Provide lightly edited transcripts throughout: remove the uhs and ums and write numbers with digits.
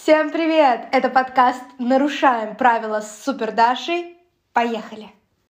Всем привет! Это подкаст «Нарушаем правила с Супер Дашей». Поехали!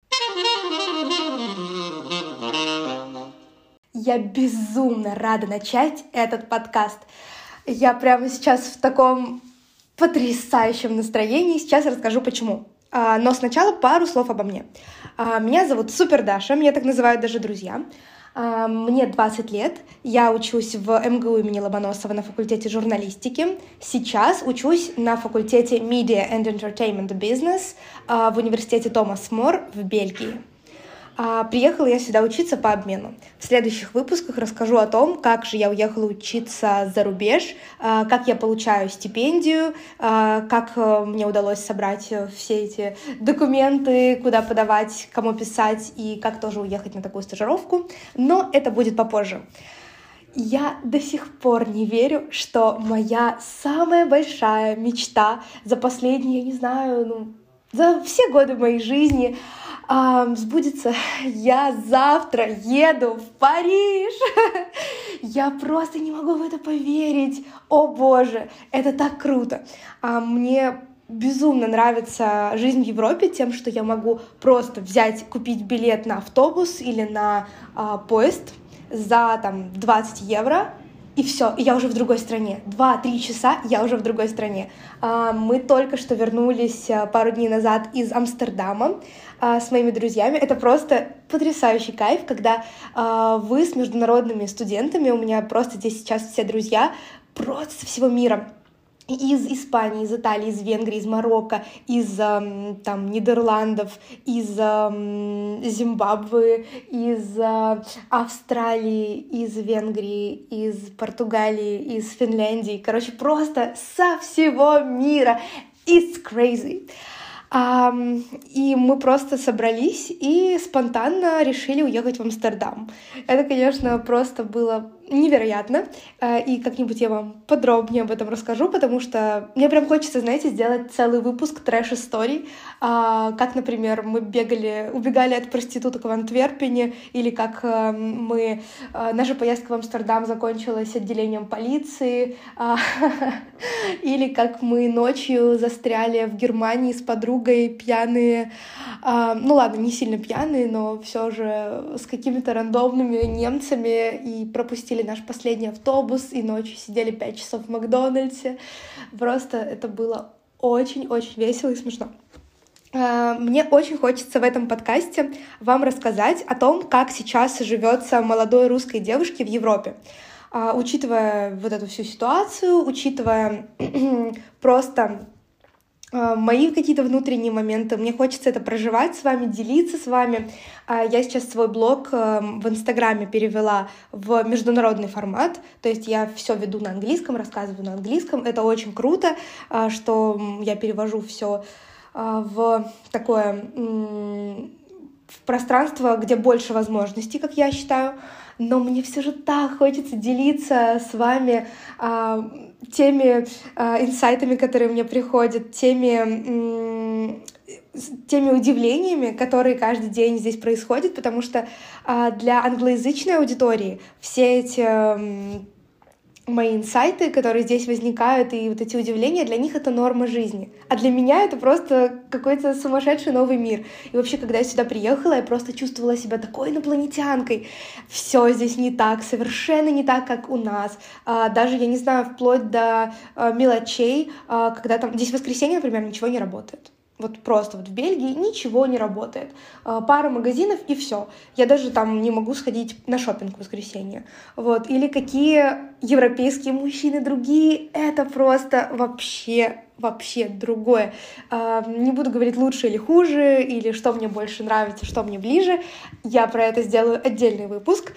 Я безумно рада начать этот подкаст. Я прямо сейчас в таком потрясающем настроении. Сейчас расскажу, почему. Но сначала пару слов обо мне. Меня зовут Супер Даша, меня так называют даже друзья. Мне 20 лет, я учусь в МГУ имени Ломоносова на факультете журналистики. Сейчас учусь на факультете Media and Entertainment Business в университете Томас Мор в Бельгии. Приехала я сюда учиться по обмену. В следующих выпусках расскажу о том, как же я уехала учиться за рубеж, как я получаю стипендию, как мне удалось собрать все эти документы, куда подавать, кому писать и как тоже уехать на такую стажировку. Но это будет попозже. Я до сих пор не верю, что моя самая большая мечта за последние, я не знаю, за все годы моей жизни сбудется. Я завтра еду в Париж. Я просто не могу в это поверить. О боже, это так круто. Мне безумно нравится жизнь в Европе тем, что я могу просто взять, купить билет на автобус или на поезд за 20 евро, и все, я уже в другой стране. 2-3 часа, я уже в другой стране. Мы только что вернулись пару дней назад из Амстердама с моими друзьями. Это просто потрясающий кайф, когда вы с международными студентами, у меня просто здесь сейчас все друзья, просто со всего мира. Из Испании, из Италии, из Венгрии, из Марокко, из Нидерландов, из Зимбабве, из Австралии, из Венгрии, из Португалии, из Финляндии. Короче, просто со всего мира. It's crazy. И мы просто собрались и спонтанно решили уехать в Амстердам. Это, конечно, просто было невероятно, и как-нибудь я вам подробнее об этом расскажу, потому что мне прям хочется, знаете, сделать целый выпуск трэш-историй, как, например, мы убегали от проституток в Антверпене, или как наша поездка в Амстердам закончилась отделением полиции, или как мы ночью застряли в Германии с подругой пьяные, ну ладно, не сильно пьяные, но все же с какими-то рандомными немцами, и пропустили наш последний автобус, и ночью сидели 5 часов в Макдональдсе. Просто это было очень-очень весело и смешно. Мне очень хочется в этом подкасте вам рассказать о том, как сейчас живется молодой русской девушке в Европе. Учитывая вот эту всю ситуацию, учитывая просто мои какие-то внутренние моменты, мне хочется это проживать с вами, делиться с вами. Я сейчас свой блог в Инстаграме перевела в международный формат, то есть я все веду на английском, рассказываю на английском. Это очень круто, что я перевожу все в такое в пространство, где больше возможностей, как я считаю. Но мне все же так хочется делиться с вами теми инсайтами, которые мне приходят, теми удивлениями, которые каждый день здесь происходят, потому что для англоязычной аудитории все эти мои инсайты, которые здесь возникают, и вот эти удивления, для них это норма жизни. А для меня это просто какой-то сумасшедший новый мир. И вообще, когда я сюда приехала, я просто чувствовала себя такой инопланетянкой. Все здесь не так, совершенно не так, как у нас. Даже, я не знаю, вплоть до мелочей, когда там... Здесь в воскресенье, например, ничего не работает. Вот просто в Бельгии ничего не работает. Пара магазинов и все. Я даже там не могу сходить на шопинг в воскресенье. Вот. Или какие европейские мужчины другие. Это просто вообще другое. Не буду говорить лучше или хуже, или что мне больше нравится, что мне ближе. Я про это сделаю отдельный выпуск.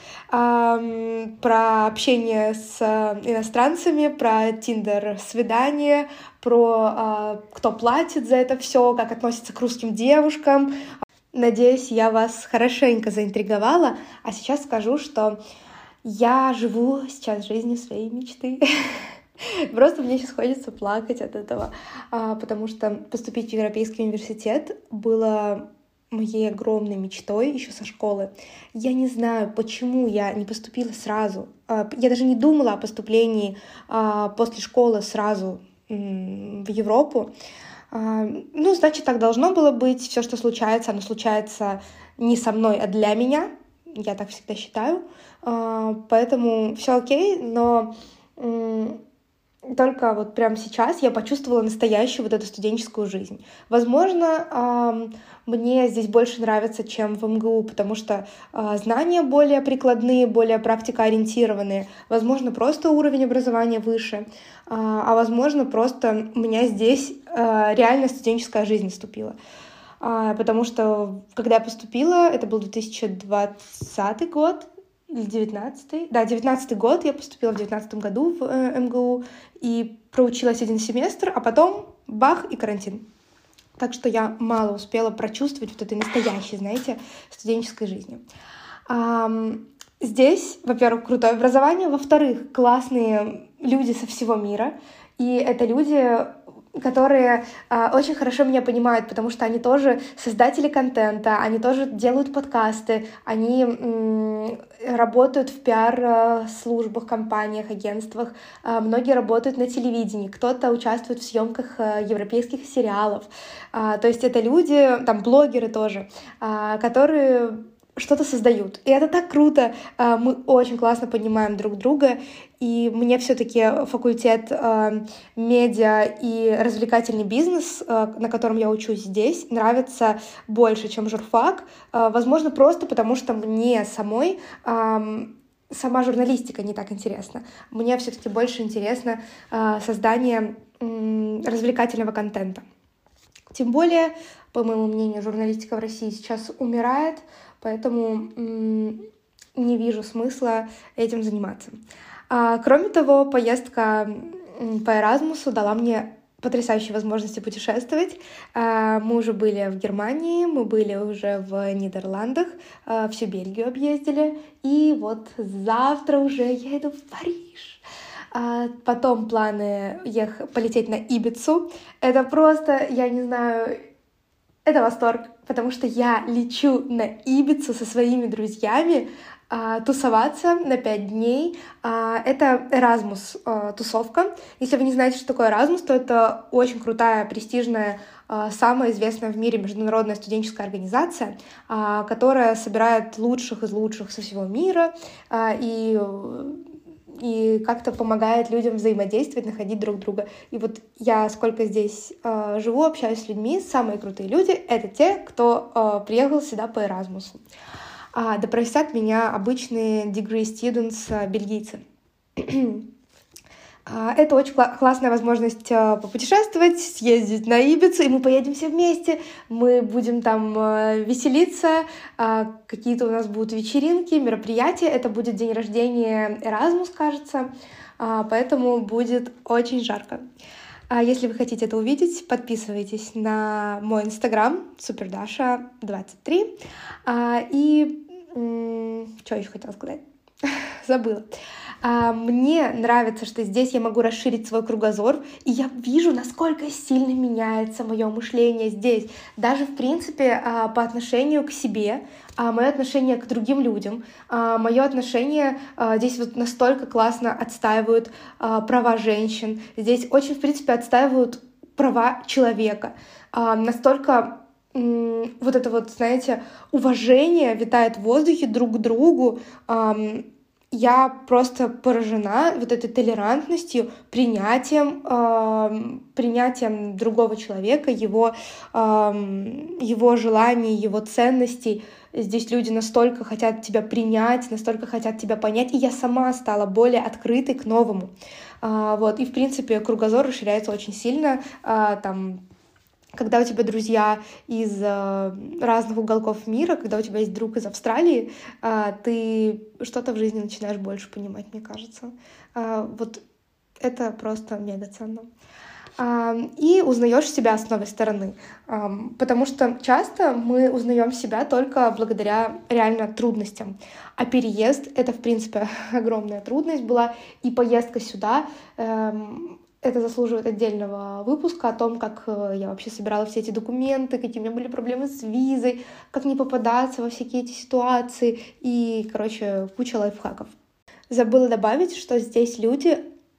Про общение с иностранцами, про Тиндер-свидания, про кто платит за это все, как относятся к русским девушкам. Надеюсь, я вас хорошенько заинтриговала. А сейчас скажу, что я живу сейчас жизнью своей мечты. Просто мне сейчас хочется плакать от этого, потому что поступить в Европейский университет было моей огромной мечтой еще со школы. Я не знаю, почему я не поступила сразу. Я даже не думала о поступлении после школы сразу в Европу. Ну, значит, так должно было быть. Все, что случается, оно случается не со мной, а для меня. Я так всегда считаю. Поэтому все окей, но только вот прямо сейчас я почувствовала настоящую вот эту студенческую жизнь. Возможно, мне здесь больше нравится, чем в МГУ, потому что знания более прикладные, более практикоориентированные. Возможно, просто уровень образования выше, а возможно, просто у меня здесь реально студенческая жизнь наступила. Потому что, когда я поступила, это был 2020 год, или 19-й? Да, 19-й год, я поступила в 19-м году в МГУ и проучилась 1 семестр, а потом бах и карантин. Так что я мало успела прочувствовать вот этой настоящей, знаете, студенческой жизни. Здесь, во-первых, крутое образование, во-вторых, классные люди со всего мира, и это люди, которые очень хорошо меня понимают, потому что они тоже создатели контента, они тоже делают подкасты, они работают в пиар-службах, компаниях, агентствах, многие работают на телевидении, кто-то участвует в съемках европейских сериалов. То есть это люди, там блогеры тоже, которые что-то создают. И это так круто. Мы очень классно понимаем друг друга. И мне все-таки факультет медиа и развлекательный бизнес, на котором я учусь здесь, нравится больше, чем журфак. Возможно, просто потому что мне самой сама журналистика не так интересна. Мне все-таки больше интересно создание развлекательного контента. Тем более, по моему мнению, журналистика в России сейчас умирает, поэтому не вижу смысла этим заниматься. Кроме того, поездка по Эразмусу дала мне потрясающие возможности путешествовать. Мы уже были в Германии, мы были уже в Нидерландах, всю Бельгию объездили, и вот завтра уже еду в Париж. Потом планы полететь на Ибицу. Это просто, я не знаю, это восторг, потому что я лечу на Ибицу со своими друзьями тусоваться на 5 дней. Это Erasmus тусовка. Если вы не знаете, что такое Erasmus, то это очень крутая, престижная, самая известная в мире международная студенческая организация, которая собирает лучших из лучших со всего мира и как-то помогает людям взаимодействовать, находить друг друга. И вот я сколько здесь живу, общаюсь с людьми, самые крутые люди — это те, кто приехал сюда по Erasmus. Да простят меня обычные degree students бельгийцы. Это очень классная возможность попутешествовать, съездить на Ибицу, и мы поедем все вместе, мы будем там веселиться, какие-то у нас будут вечеринки, мероприятия, это будет день рождения Erasmus, кажется, поэтому будет очень жарко. Если вы хотите это увидеть, подписывайтесь на мой инстаграм superdasha23. И что еще хотела сказать? Забыла. Мне нравится, что здесь я могу расширить свой кругозор, и я вижу, насколько сильно меняется мое мышление здесь. Даже, в принципе, по отношению к себе, мое отношение к другим людям, мое отношение здесь вот настолько классно отстаивают права женщин, здесь очень, в принципе, отстаивают права человека. Настолько вот это вот, знаете, уважение витает в воздухе друг к другу. Я просто поражена вот этой толерантностью, принятием другого человека, его желаний, его ценностей. Здесь люди настолько хотят тебя принять, настолько хотят тебя понять, и я сама стала более открытой к новому. Вот. И, в принципе, кругозор расширяется очень сильно. Когда у тебя друзья из разных уголков мира, когда у тебя есть друг из Австралии, ты что-то в жизни начинаешь больше понимать, мне кажется. Вот это просто мега ценно. И узнаешь себя с новой стороны, потому что часто мы узнаем себя только благодаря реально трудностям. А переезд — это, в принципе, огромная трудность была, и поездка сюда это заслуживает отдельного выпуска о том, как я вообще собирала все эти документы, какие у меня были проблемы с визой, как не попадаться во всякие эти ситуации и, короче, куча лайфхаков. Забыла добавить, что здесь люди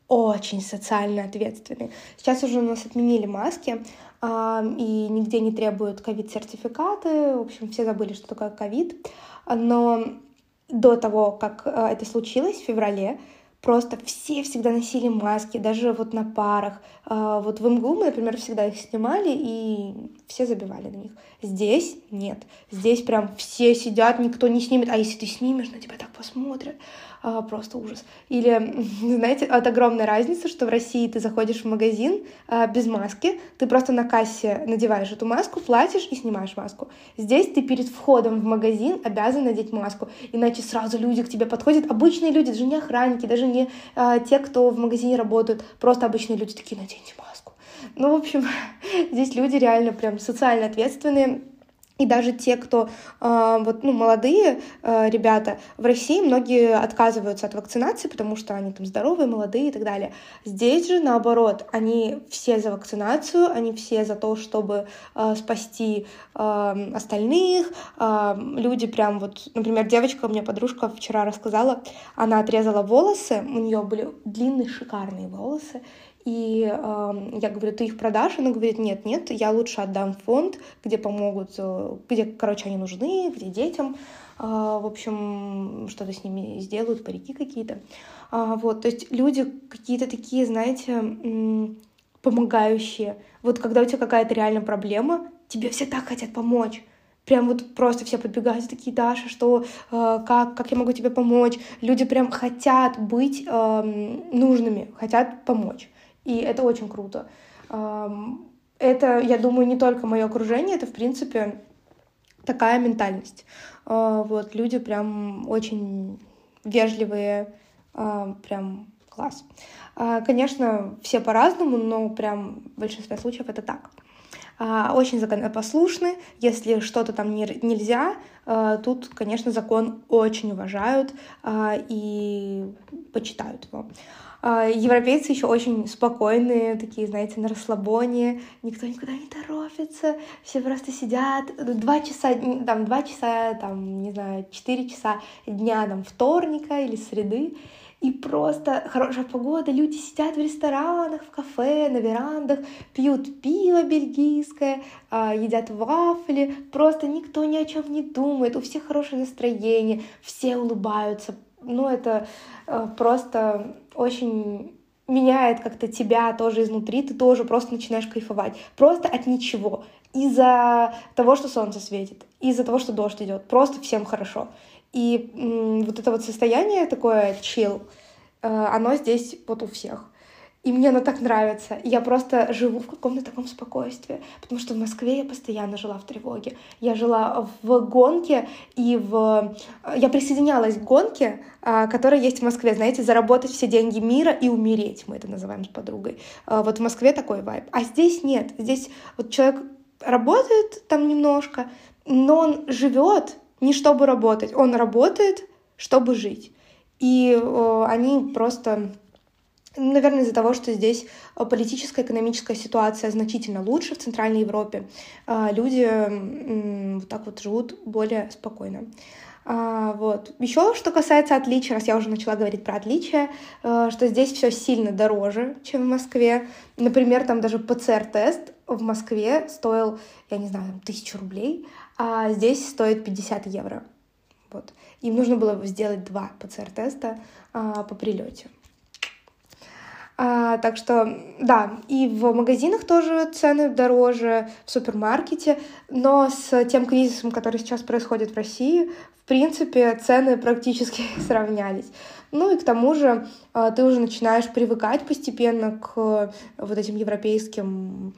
очень социально ответственные. Сейчас уже у нас отменили маски, и нигде не требуют ковид-сертификаты. В общем, все забыли, что такое ковид. Но до того, как это случилось в феврале, просто все всегда носили маски, даже вот на парах. Вот в МГУ мы, например, всегда их снимали, и все забивали на них. Здесь нет. Здесь прям все сидят, никто не снимет. А если ты снимешь, на тебя так посмотрят. Просто ужас. Или, знаете, вот огромная разница, что в России ты заходишь в магазин без маски, ты просто на кассе надеваешь эту маску, платишь и снимаешь маску. Здесь ты перед входом в магазин обязан надеть маску, иначе сразу люди к тебе подходят. Обычные люди, даже не охранники, даже не те, кто в магазине работают, просто обычные люди такие: наденьте маску. Ну, в общем, здесь люди реально прям социально ответственные. И даже те, кто молодые ребята, в России многие отказываются от вакцинации, потому что они там здоровые, молодые и так далее. Здесь же наоборот, они все за вакцинацию, они все за то, чтобы спасти остальных. Люди прям вот, например, девочка, у меня подружка вчера рассказала, она отрезала волосы, у нее были длинные шикарные волосы. И я говорю: ты их продашь? Она говорит: нет, я лучше отдам в фонд, где помогут, где, короче, они нужны, где детям, в общем, что-то с ними сделают, парики какие-то. Вот, то есть люди какие-то такие, знаете, помогающие. Вот когда у тебя какая-то реально проблема, тебе все так хотят помочь. Прям вот просто все подбегают, такие: Даша, что, как я могу тебе помочь? Люди прям хотят быть нужными, хотят помочь. И это очень круто. Это, я думаю, не только мое окружение, это, в принципе, такая ментальность. Вот, люди прям очень вежливые, прям класс. Конечно, все по-разному, но прям в большинстве случаев это так. Очень законопослушны. Если что-то там нельзя, тут, конечно, закон очень уважают и почитают его. Европейцы еще очень спокойные, такие, знаете, на расслабоне, никто никуда не торопится, все просто сидят 2 часа, не знаю, 4 часа дня, вторника или среды, и просто хорошая погода, люди сидят в ресторанах, в кафе, на верандах, пьют пиво бельгийское, едят вафли, просто никто ни о чем не думает, у всех хорошее настроение, все улыбаются. Ну, это просто очень меняет как-то тебя тоже изнутри, ты тоже просто начинаешь кайфовать. Просто от ничего. Из-за того, что солнце светит, из-за того, что дождь идет. Просто всем хорошо. И вот это вот состояние такое chill, оно здесь вот у всех. И мне оно так нравится. Я просто живу в каком-то таком спокойствии. Потому что в Москве я постоянно жила в тревоге. Я жила в гонке Я присоединялась к гонке, которая есть в Москве. Знаете, заработать все деньги мира и умереть. Мы это называем с подругой. Вот в Москве такой вайб. А здесь нет. Здесь вот человек работает там немножко, но он живет не чтобы работать. Он работает, чтобы жить. И они просто... Наверное, из-за того, что здесь политическая, экономическая ситуация значительно лучше в Центральной Европе, люди вот так вот живут более спокойно. Вот. Еще что касается отличий, раз я уже начала говорить про отличия, что здесь все сильно дороже, чем в Москве. Например, там даже ПЦР-тест в Москве стоил, я не знаю, 1000 рублей, а здесь стоит 50 евро. Вот. Им нужно было сделать 2 ПЦР-теста по прилете. Так что, да, и в магазинах тоже цены дороже, в супермаркете, но с тем кризисом, который сейчас происходит в России, в принципе, цены практически сравнялись. Ну и к тому же ты уже начинаешь привыкать постепенно к вот этим европейским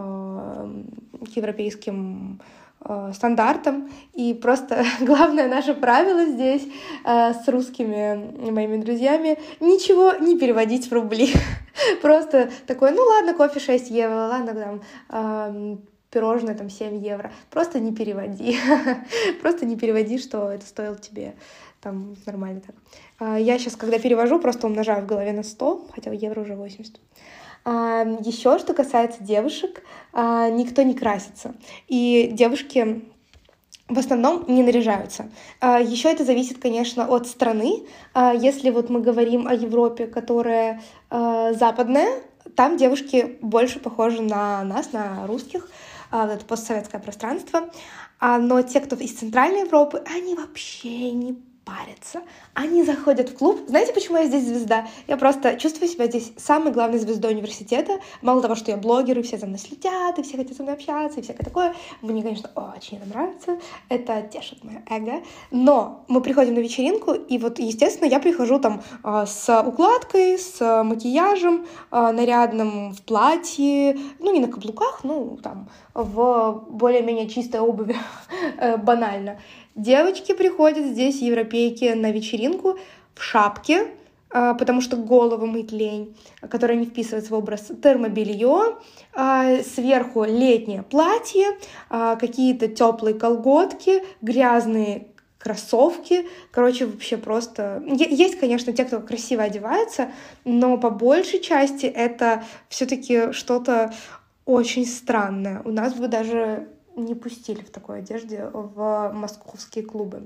стандартам. И просто главное наше правило здесь с русскими моими друзьями: ничего не переводить в рубли. Просто такой: ну ладно, кофе 6 евро, ладно, там пирожное там 7 евро. Просто не переводи. Просто не переводи, что это стоило тебе там нормально так. Я сейчас, когда перевожу, просто умножаю в голове на 100, хотя в евро уже 80. Еще, что касается девушек, никто не красится. И девушки в основном не наряжаются. Еще это зависит, конечно, от страны. Если вот мы говорим о Европе, которая западная, там девушки больше похожи на нас, на русских, вот это постсоветское пространство. Но те, кто из Центральной Европы, они вообще не парятся. Они заходят в клуб. Знаете, почему я здесь звезда? Я просто чувствую себя здесь самой главной звездой университета. Мало того, что я блогер, и все за мной следят, и все хотят со мной общаться, и всякое такое. Мне, конечно, очень это нравится. Это тешит мое эго. Но мы приходим на вечеринку, и вот, естественно, я прихожу там с укладкой, с макияжем, нарядным в платье, ну, не на каблуках, ну, там, в более-менее чистой обуви, банально. Девочки приходят здесь, европейки, на вечеринку в шапке, потому что голову мыть лень, которая не вписывается в образ, термобелье, сверху летнее платье, какие-то теплые колготки, грязные кроссовки. Короче, вообще просто... Есть, конечно, те, кто красиво одевается, но по большей части это все-таки что-то очень странное. У нас бы даже не пустили в такой одежде в московские клубы.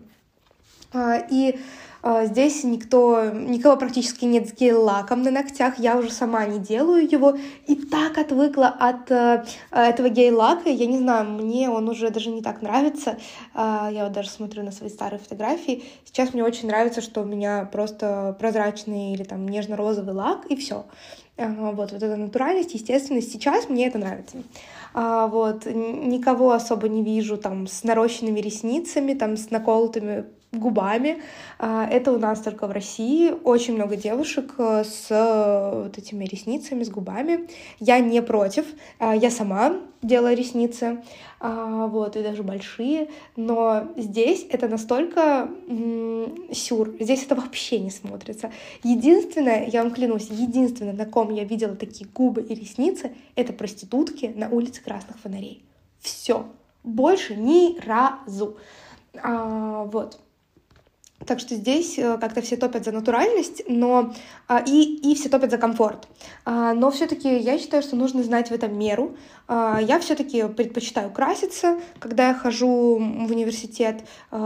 И здесь никого практически нет с гель-лаком на ногтях, я уже сама не делаю его, и так отвыкла от этого гель-лака, я не знаю, мне он уже даже не так нравится, я вот даже смотрю на свои старые фотографии, сейчас мне очень нравится, что у меня просто прозрачный или там нежно-розовый лак, и все. Вот эта натуральность, естественность, сейчас мне это нравится. Вот, никого особо не вижу там с нарощенными ресницами, там с наколотыми губами. Это у нас только в России. Очень много девушек с вот этими ресницами, с губами. Я не против. Я сама делаю ресницы, вот, и даже большие. Но здесь это настолько сюр. Здесь это вообще не смотрится. Единственное, я вам клянусь, единственное, на ком я видела такие губы и ресницы, это проститутки на улице Красных Фонарей. Все. Больше ни разу. Вот. Так что здесь как-то все топят за натуральность, но и все топят за комфорт. Но все-таки я считаю, что нужно знать в этом меру. Я все-таки предпочитаю краситься, когда я хожу в университет.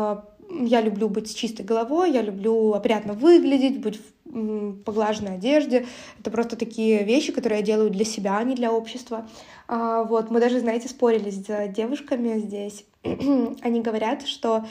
Я люблю быть с чистой головой, я люблю опрятно выглядеть, быть в поглаженной одежде. Это просто такие вещи, которые я делаю для себя, а не для общества. Вот, мы даже, знаете, спорили с девушками здесь. Они говорят, что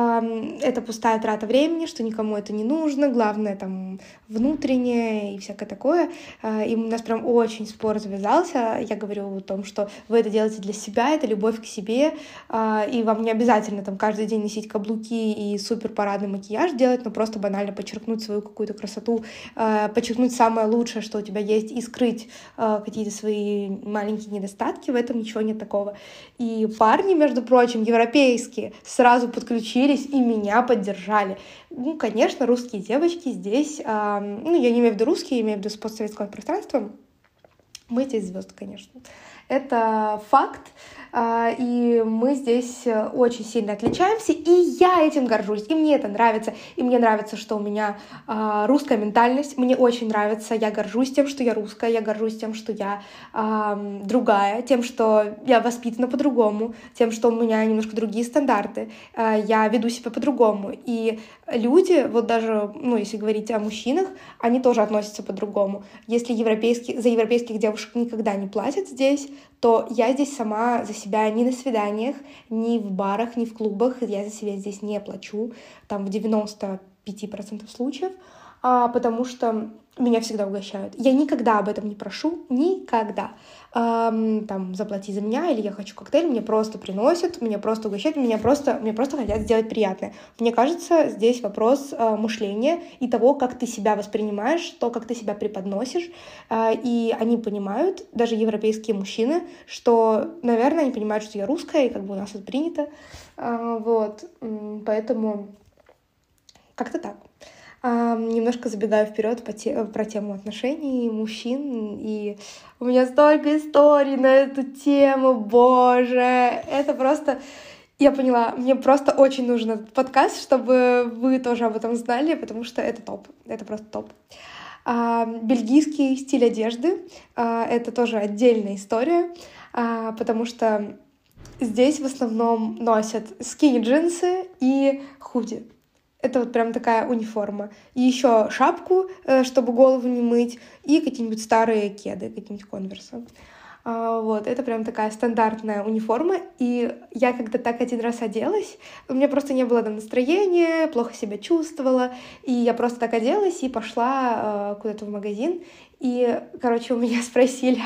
это пустая трата времени, что никому это не нужно, главное там внутреннее и всякое такое. И у нас прям очень спор завязался. Я говорю о том, что вы это делаете для себя, это любовь к себе, и вам не обязательно там каждый день носить каблуки и супер парадный макияж делать, но просто банально подчеркнуть свою какую-то красоту, подчеркнуть самое лучшее, что у тебя есть, и скрыть какие-то свои маленькие недостатки. В этом ничего нет такого. И парни, между прочим, европейские, сразу подключились и меня поддержали. Ну, конечно, русские девочки здесь, ну, я не имею в виду русские, я имею в виду с постсоветского пространства, мы здесь звезды, конечно. Это факт, и мы здесь очень сильно отличаемся, и я этим горжусь, и мне это нравится, и мне нравится, что у меня русская ментальность, мне очень нравится, я горжусь тем, что я русская, я горжусь тем, что я другая, тем, что я воспитана по-другому, тем, что у меня немножко другие стандарты, я веду себя по-другому, и люди, вот даже, ну, если говорить о мужчинах, они тоже относятся по-другому. Если за европейских девушек никогда не платят здесь, то я здесь сама за себя ни на свиданиях, ни в барах, ни в клубах, я за себя здесь не плачу, там в 95% случаев, потому что меня всегда угощают. Я никогда об этом не прошу, никогда. Там, заплати за меня, или я хочу коктейль, мне просто приносят, меня просто угощают, мне просто хотят сделать приятное. Мне кажется, здесь вопрос мышления и того, как ты себя воспринимаешь, то, как ты себя преподносишь, и они понимают, даже европейские мужчины, что, наверное, они понимают, что я русская, и как бы у нас это принято, вот, поэтому как-то так. Немножко забегаю вперед про тему отношений мужчин, и у меня столько историй на эту тему, боже, это просто... Я поняла, мне просто очень нужен этот подкаст, чтобы вы тоже об этом знали, потому что это топ, это просто топ. Бельгийский стиль одежды — это тоже отдельная история, потому что здесь в основном носят скини-джинсы и худи. Это вот прям такая униформа. И еще шапку, чтобы голову не мыть, и какие-нибудь старые кеды, какие-нибудь конверсы. Вот, это прям такая стандартная униформа, и я когда так один раз оделась, у меня просто не было настроения, плохо себя чувствовала, и я просто так оделась и пошла куда-то в магазин, и, короче, у меня спросили,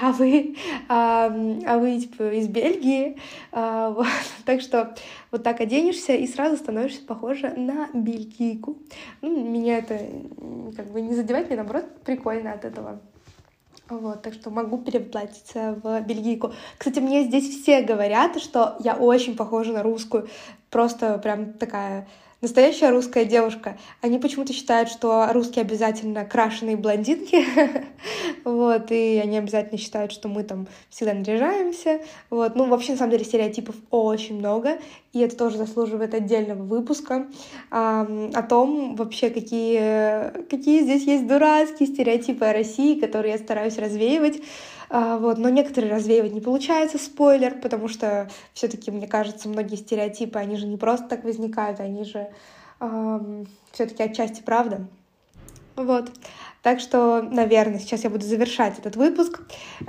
а вы типа из Бельгии? Вот. Так что вот так оденешься и сразу становишься похожа на бельгийку. Ну, меня это как бы не задевает, мне наоборот прикольно от этого. Вот, так что могу перевоплотиться в бельгийку. Кстати, мне здесь все говорят, что я очень похожа на русскую. Просто прям такая настоящая русская девушка. Они почему-то считают, что русские обязательно крашеные блондинки. Вот, и они обязательно считают, что мы там всегда наряжаемся. Вот, ну, вообще, на самом деле, стереотипов очень много, и это тоже заслуживает отдельного выпуска о том, вообще, какие здесь есть дурацкие стереотипы о России, которые я стараюсь развеивать. Вот, но некоторые развеивать не получается, спойлер, потому что все-таки, мне кажется, многие стереотипы, они же не просто так возникают, они же все-таки отчасти правда. Вот. Так что, наверное, сейчас я буду завершать этот выпуск.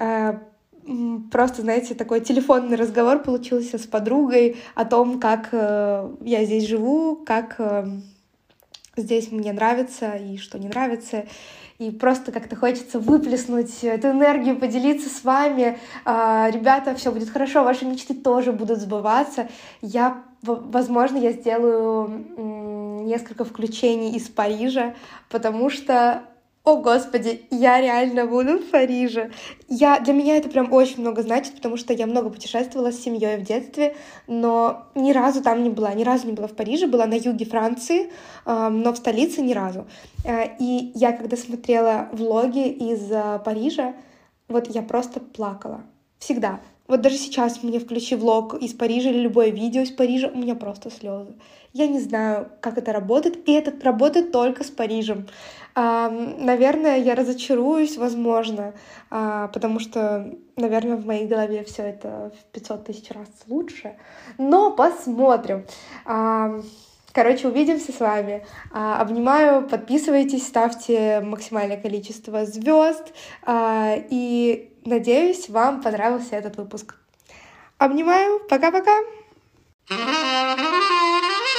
Просто, знаете, такой телефонный разговор получился с подругой о том, как я здесь живу, как здесь мне нравится и что не нравится. И просто как-то хочется выплеснуть эту энергию, поделиться с вами. Ребята, все будет хорошо, ваши мечты тоже будут сбываться. Возможно, я сделаю несколько включений из Парижа, потому что, о господи, я реально буду в Париже. Для меня это прям очень много значит, потому что я много путешествовала с семьей в детстве, но ни разу там не была, ни разу не была в Париже, была на юге Франции, но в столице ни разу. И я когда смотрела влоги из Парижа, вот я просто плакала. Всегда. Вот даже сейчас мне включи влог из Парижа или любое видео из Парижа, у меня просто слезы. Я не знаю, как это работает, и это работает только с Парижем. Наверное, я разочаруюсь, возможно, потому что, наверное, в моей голове все это в 500 тысяч раз лучше. Но посмотрим. Короче, увидимся с вами. Обнимаю, подписывайтесь, ставьте максимальное количество звезд. И надеюсь, вам понравился этот выпуск. Обнимаю, пока-пока!